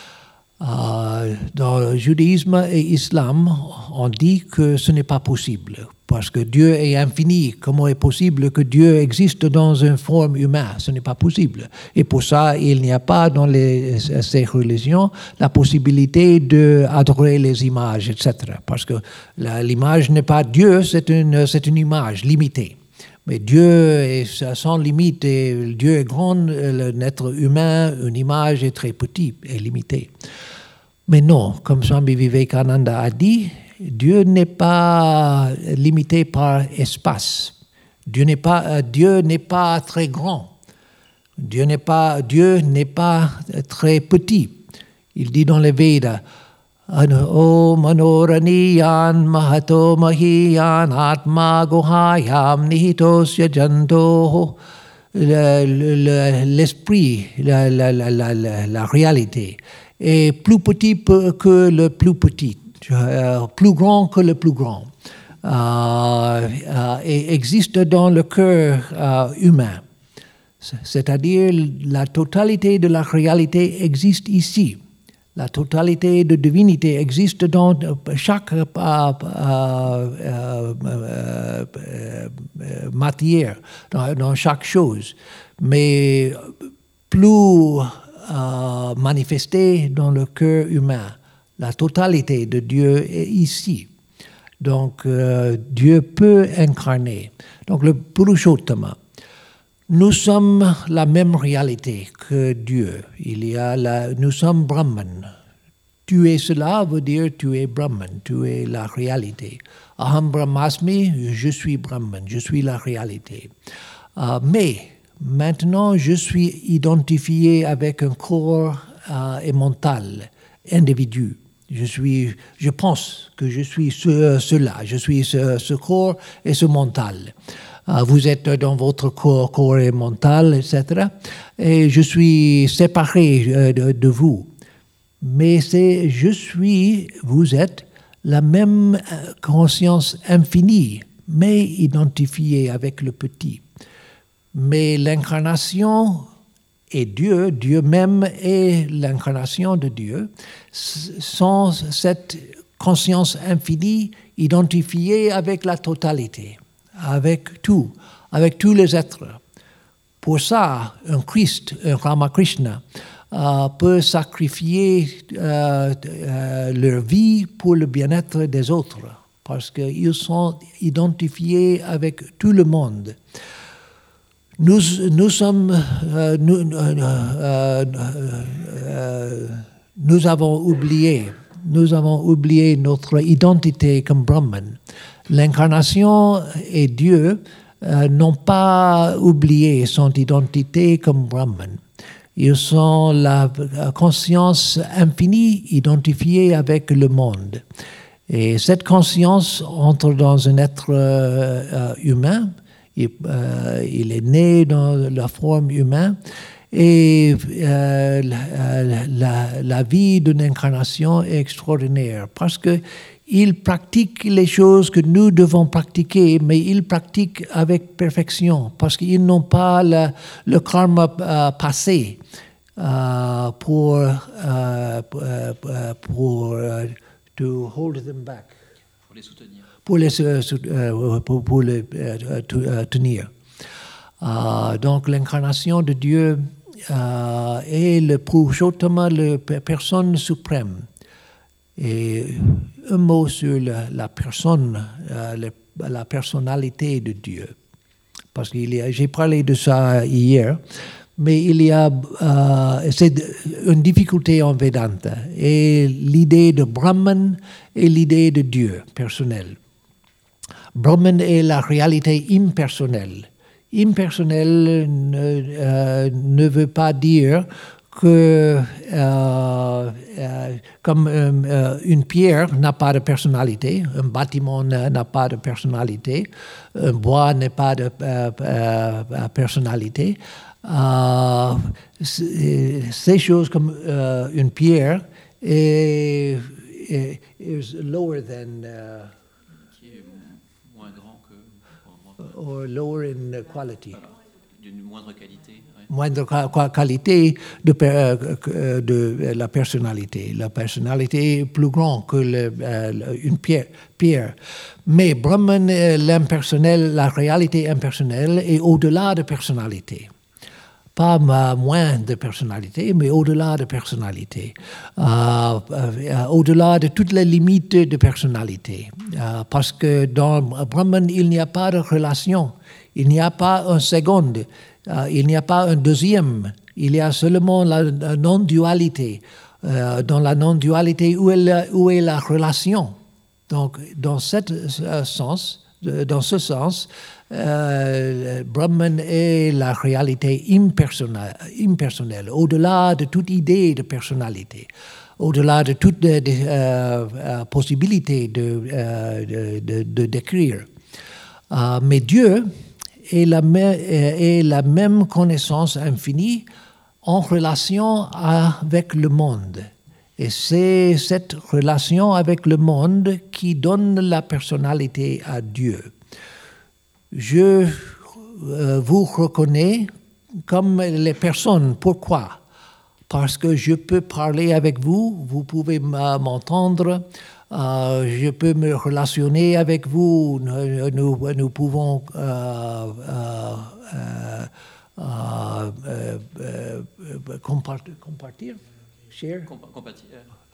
Euh, dans le judaïsme et l'islam, on dit que ce n'est pas possible, parce que Dieu est infini. Comment est possible que Dieu existe dans une forme humaine? Ce n'est pas possible. Et pour ça, il n'y a pas dans les, ces religions la possibilité d'adorer les images, et cetera. Parce que la, l'image n'est pas Dieu, c'est une, c'est une image limitée. Mais Dieu est sans limite, et Dieu est grand, l'être humain, une image est très petite et limitée. Mais non, comme Swami Vivekananda a dit, Dieu n'est pas limité par espace. Dieu n'est pas, Dieu n'est pas très grand. Dieu n'est pas, Dieu n'est pas très petit. Il dit dans les Védas, O manoraniyan mahato mahiyan atma gohayam nihitosya janto. L'esprit, la, la, la, la, la, la réalité est plus petit que le plus petit, euh, plus grand que le plus grand, euh, euh, et existe dans le cœur euh, humain. C'est-à-dire la totalité de la réalité existe ici. La totalité de divinité existe dans chaque euh, euh, euh, euh, euh, matière, dans, dans chaque chose, mais plus euh, manifestée dans le cœur humain. La totalité de Dieu est ici. Donc, euh, Dieu peut incarner. Donc, le Purushottama. Nous sommes la même réalité que Dieu. Il y a la, nous sommes Brahman. Tu es cela veut dire tu es Brahman, tu es la réalité. Aham Brahmasmi, je suis Brahman, je suis la réalité. Uh, mais maintenant, je suis identifié avec un corps uh, et mental, individu. Je suis, je pense que je suis ce, cela, je suis ce, ce corps et ce mental. Uh, vous êtes dans votre corps, corps et mental, et cetera. Et je suis séparé uh, de, de vous. Mais c'est, je suis, vous êtes, la même conscience infinie, mais identifiée avec le petit. Mais l'incarnation et Dieu, Dieu même et l'incarnation de Dieu, sont cette conscience infinie identifiée avec la totalité, avec tout, avec tous les êtres. Pour ça, un Christ, un Ramakrishna, Uh, peut sacrifier uh, uh, leur vie pour le bien-être des autres, parce qu'ils sont identifiés avec tout le monde. Nous, nous sommes, uh, nous, uh, uh, uh, nous avons oublié, nous avons oublié notre identité comme Brahman. L'incarnation et Dieu uh, n'ont pas oublié son identité comme Brahman. Ils sont la conscience infinie identifiée avec le monde. Et cette conscience entre dans un être euh, humain. Il, euh, il est né dans la forme humaine. Et euh, la, la, la vie d'une incarnation est extraordinaire parce que il pratique les choses que nous devons pratiquer, mais ils pratiquent avec perfection, parce qu'ils n'ont pas le, le karma euh, passé euh, pour, euh, pour euh, to hold them back. Pour les soutenir. Pour les, euh, pour, pour les euh, tenir. Euh, donc l'incarnation de Dieu euh, est le Purushottama, la personne suprême. Et un mot sur la, la personne, euh, la, la personnalité de Dieu. Parce que j'ai parlé de ça hier, mais il y a euh, c'est une difficulté en Vedanta. Et l'idée de Brahman et l'idée de Dieu personnel. Brahman est la réalité impersonnelle. Impersonnel ne, euh, ne veut pas dire que euh, euh, comme euh, une pierre n'a pas de personnalité, un bâtiment n'a pas de personnalité, un bois n'a pas de euh, euh, personnalité, euh, ces choses comme euh, une pierre est, est, est lower than uh, qui est moins grand que or lower in quality. Voilà. D'une moindre qualité. Ouais. Moindre qualité de, de, de la personnalité. La personnalité est plus grande que le, euh, une pierre, pierre. Mais Brahman, l'impersonnel, la réalité impersonnelle est au-delà de personnalité. Pas moins de personnalité, mais au-delà de personnalité. Euh, euh, au-delà de toutes les limites de personnalité. Euh, parce que dans Brahman, il n'y a pas de relation. Il n'y a pas un second. Uh, il n'y a pas un deuxième, il y a seulement la, la non-dualité. Euh, dans la non-dualité, où est la, où est la relation? Donc, dans cet euh, sens, dans ce sens, euh, Brahman est la réalité impersonnelle, impersonnelle, au-delà de toute idée de personnalité, au-delà de toute de, de, euh, euh, possibilité de, euh, de, de, de décrire. Euh, mais Dieu et la, et la même connaissance infinie en relation avec le monde. Et c'est cette relation avec le monde qui donne la personnalité à Dieu. Je euh, vous reconnais comme les personnes. Pourquoi? Parce que je peux parler avec vous, vous pouvez m'entendre, Euh, je peux me relationner avec vous, nous, nous, nous pouvons euh, euh, euh, euh, euh, compartir, compartir, share, Compa- compati- euh,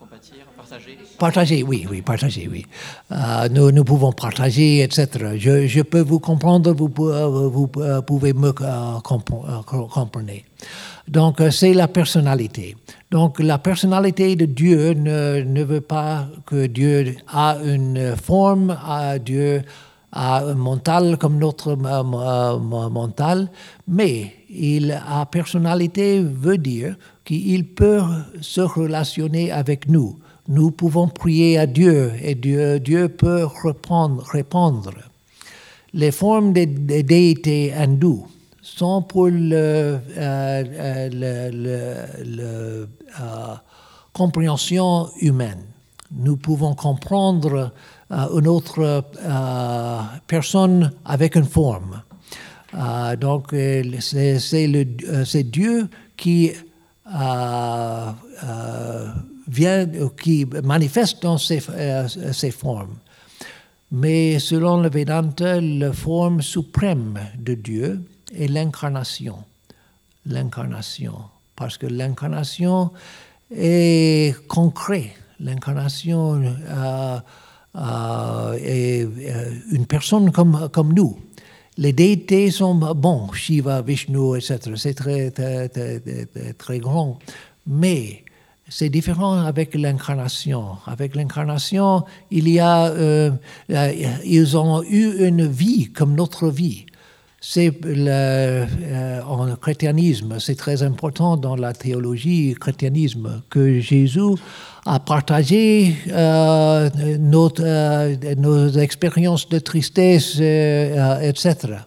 Compatir, partager. Partager, oui, oui, partager, oui. Euh, nous, nous pouvons partager, et cetera. Je, je peux vous comprendre, vous, vous pouvez me euh, comprendre. Donc, c'est la personnalité. Donc, la personnalité de Dieu ne, ne veut pas que Dieu a une forme, à Dieu a un mental comme notre euh, mental, mais il a personnalité veut dire qu'il peut se relationner avec nous. Nous pouvons prier à Dieu et Dieu, Dieu peut répondre, répondre. Les formes des, des déités hindoues sont pour la euh, le, le, le, euh, compréhension humaine. Nous pouvons comprendre euh, une autre euh, personne avec une forme. Euh, donc, c'est, c'est, le, c'est Dieu qui euh, euh, vient, qui manifeste dans ces, euh, ces formes. Mais selon le Vedanta, la forme suprême de Dieu est l'incarnation. L'incarnation. Parce que l'incarnation est concrète. L'incarnation euh, euh, est euh, une personne comme, comme nous. Les déités sont bons, Shiva, Vishnu, et cetera. C'est très, très, très, très, très grand. Mais c'est différent avec l'incarnation. Avec l'incarnation, il y a, euh, ils ont eu une vie comme notre vie. C'est le, euh, en christianisme, c'est très important dans la théologie christianisme que Jésus a partagé euh, notre, euh, nos expériences de tristesse, euh, et cetera.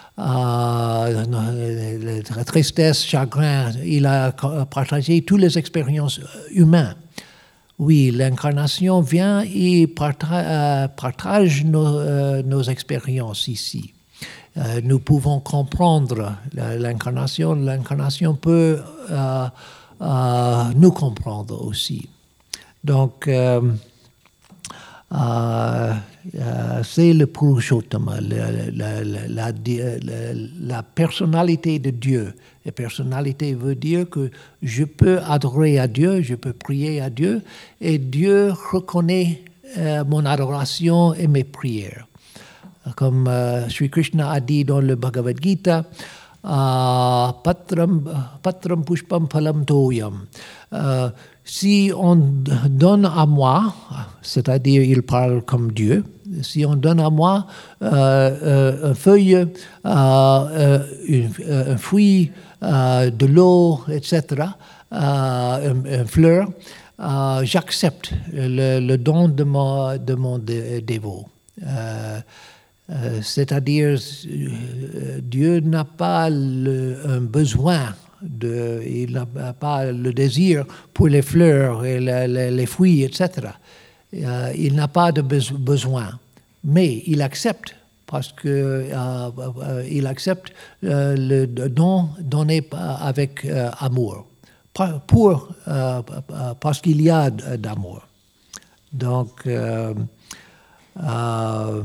Euh, la tristesse, chagrin, il a partagé toutes les expériences humaines. Oui, l'incarnation vient et partage, euh, partage nos, euh, nos expériences ici. Euh, nous pouvons comprendre l'incarnation. L'incarnation peut euh, euh, nous comprendre aussi. Donc, euh, euh, euh, c'est le Purushottama, la, la, la, la, la, la personnalité de Dieu. La personnalité veut dire que je peux adorer à Dieu, je peux prier à Dieu, et Dieu reconnaît euh, mon adoration et mes prières. Comme euh, Sri Krishna a dit dans le Bhagavad Gita, uh, patram, patram pushpam phalam toyam. Uh, si on donne à moi, c'est-à-dire il parle comme Dieu, si on donne à moi euh, euh, une feuille, euh, euh, une, un fruit, euh, de l'eau, et cetera, euh, une, une fleur, euh, j'accepte le, le don de mon, de mon dé, dévot. Euh, Euh, c'est-à-dire, euh, Dieu n'a pas le, un besoin, de, il n'a pas le désir pour les fleurs et le, le, les fruits, et cetera. Euh, il n'a pas de be- besoin, mais il accepte parce que euh, euh, il accepte euh, le don donné avec euh, amour, pour, euh, parce qu'il y a d'amour. Donc, euh, euh,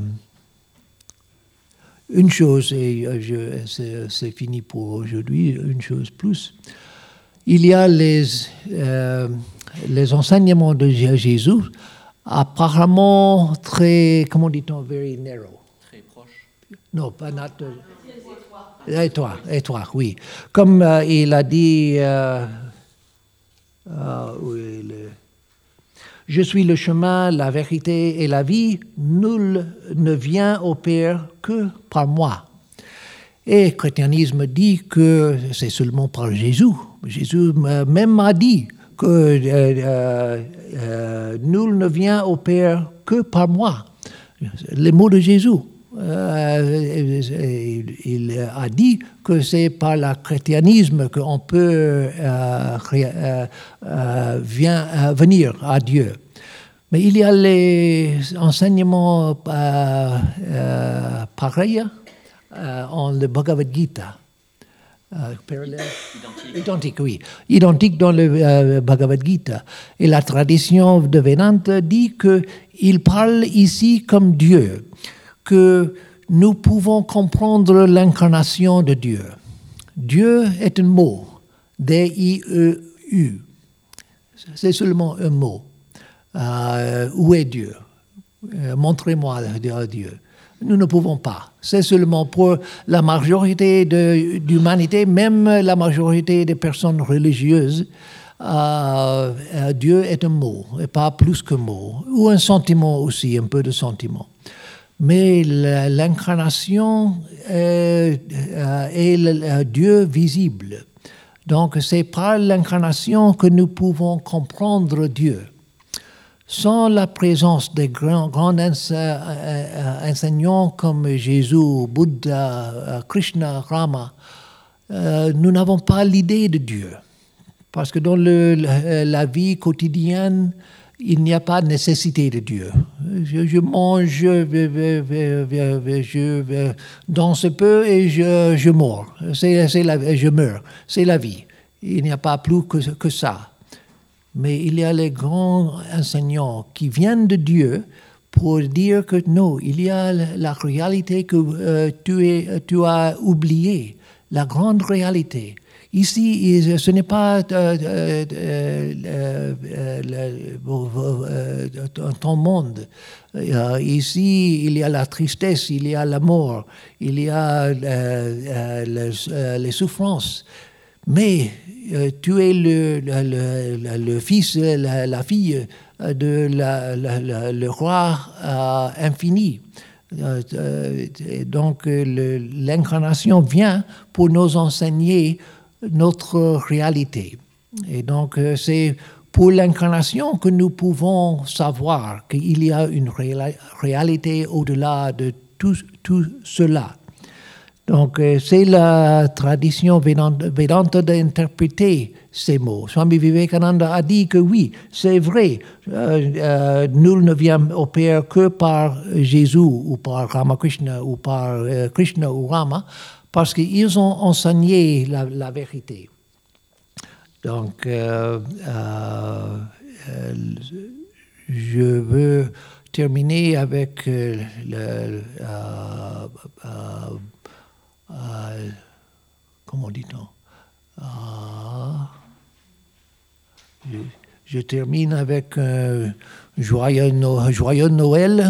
une chose, et je, c'est, c'est fini pour aujourd'hui, une chose plus. Il y a les, euh, les enseignements de Jésus, apparemment très, comment dit-on, very narrow. Très proche. Non, pas not. Étroit, étroit, oui. Comme euh, il a dit, euh, euh, oui, le, je suis le chemin, la vérité et la vie. Nul ne vient au Père que par moi. Et le christianisme dit que c'est seulement par Jésus. Jésus même a dit que euh, euh, nul ne vient au Père que par moi. Les mots de Jésus. Euh, il a dit que c'est par le christianisme qu'on peut euh, euh, euh, vient, euh, venir à Dieu. Mais il y a les enseignements euh, euh, pareils euh, en le Bhagavad Gita. Euh, Identique. Identique, oui. Identique dans le euh, Bhagavad Gita. Et la tradition de Vedanta dit qu'il parle ici comme Dieu, que nous pouvons comprendre l'incarnation de Dieu. Dieu est un mot, D I E U. C'est seulement un mot. euh, où est Dieu? Euh, montrez-moi Dieu. Nous ne pouvons pas. C'est seulement pour la majorité de l'humanité, même la majorité des personnes religieuses, euh, euh, Dieu est un mot, et pas plus qu'un mot, ou un sentiment aussi, un peu de sentiment. Mais l'incarnation est, est le Dieu visible. Donc c'est par l'incarnation que nous pouvons comprendre Dieu. Sans la présence des grands, grands enseignants comme Jésus, Bouddha, Krishna, Rama, euh, nous n'avons pas l'idée de Dieu. Parce que dans le, la vie quotidienne, il n'y a pas de nécessité de Dieu. Je, je mange, je, je, je danse un peu et je, je meurs. C'est, c'est la, je meurs. C'est la vie. Il n'y a pas plus que, que ça. Mais il y a les grands enseignants qui viennent de Dieu pour dire que non, il y a la réalité que euh, tu, es, tu as oubliée, la grande réalité. Ici, ce n'est pas euh, euh, euh, euh, euh, ton monde. Euh, ici, il y a la tristesse, il y a la mort, il y a euh, euh, les, euh, les souffrances. Mais euh, tu es le, le, le, le fils, la, la fille de la, la, la, le roi euh, infini. Euh, euh, donc le, l'incarnation vient pour nous enseigner notre réalité. Et donc euh, c'est pour l'incarnation que nous pouvons savoir qu'il y a une réa- réalité au-delà de tout, tout cela. Donc, c'est la tradition Vedanta d'interpréter ces mots. Swami Vivekananda a dit que oui, c'est vrai, euh, euh, nul ne vient au Père que par Jésus ou par Ramakrishna ou par euh, Krishna ou Rama, parce qu'ils ont enseigné la, la vérité. Donc, euh, euh, euh, je veux terminer avec euh, le... Euh, euh, Euh, comment dit-on euh, je, je termine avec un joyeux, no, joyeux Noël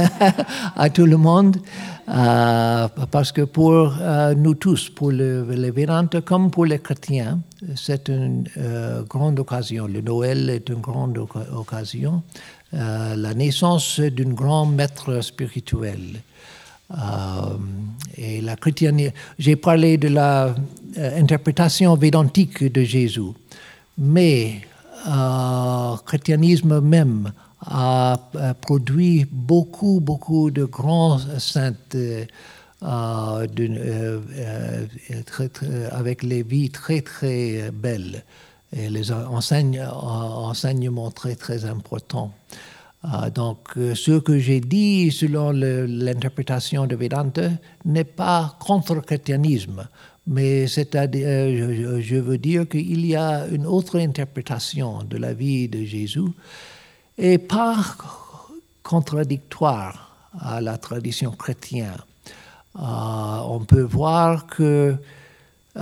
à tout le monde, euh, parce que pour euh, nous tous, pour le, les Vedanta comme pour les chrétiens, c'est une euh, grande occasion. Le Noël est une grande occasion, euh, la naissance d'un grand maître spirituel. Euh, et la chrétienté, j'ai parlé de l'interprétation euh, védantique de Jésus, mais le euh, christianisme même a, a produit beaucoup, beaucoup de grands saints euh, de, euh, euh, très, très, avec les vies très, très belles et les enseigne, enseignements très, très importants. Uh, donc, euh, ce que j'ai dit selon le, l'interprétation de Vedanta n'est pas contre le christianisme, mais c'est-à-dire, euh, je, je veux dire qu'il y a une autre interprétation de la vie de Jésus et pas contradictoire à la tradition chrétienne. Uh, on peut voir que uh,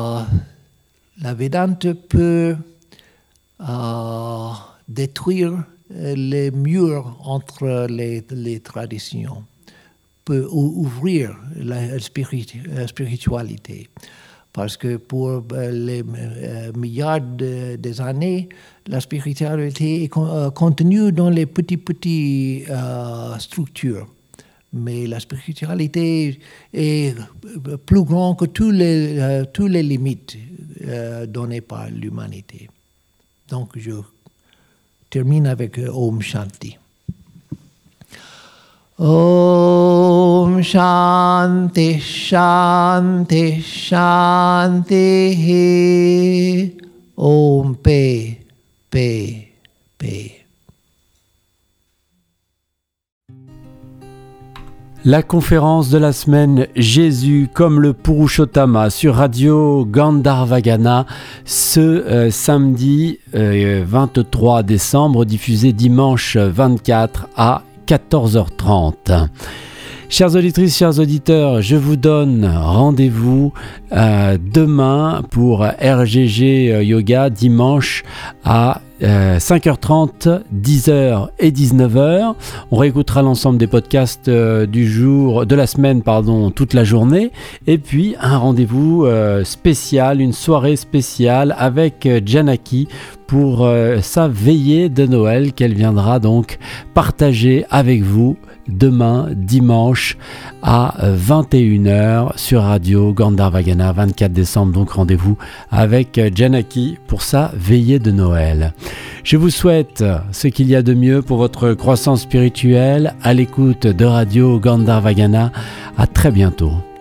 la Vedanta peut uh, détruire les murs entre les, les traditions, peut ouvrir la spiritualité. Parce que pour les milliards de, des années, la spiritualité est contenue dans les petites, petites euh, structures. Mais la spiritualité est plus grande que toutes les, euh, toutes les limites euh, données par l'humanité. Donc, je termine avec Om Shanti. Om Shanti, Shanti, Shanti. Om Paix, Paix, Paix. La conférence de la semaine Jésus comme le Purushottama sur Radio Gandharvagana ce euh, samedi euh, vingt-trois décembre, diffusé dimanche vingt-quatre à quatorze heures trente. Chères auditrices, chers auditeurs, je vous donne rendez-vous euh, demain pour R G G Yoga, dimanche à Euh, cinq heures trente, dix heures et dix-neuf heures. On réécoutera l'ensemble des podcasts euh, du jour, de la semaine, pardon, toute la journée. Et puis un rendez-vous euh, spécial, une soirée spéciale avec euh, Janaki pour euh, sa veillée de Noël qu'elle viendra donc partager avec vous demain, dimanche, à vingt et une heures sur Radio Gandharvagana, vingt-quatre décembre. Donc rendez-vous avec Janaki pour sa veillée de Noël. Je vous souhaite ce qu'il y a de mieux pour votre croissance spirituelle à l'écoute de Radio Gandharvagana. À très bientôt.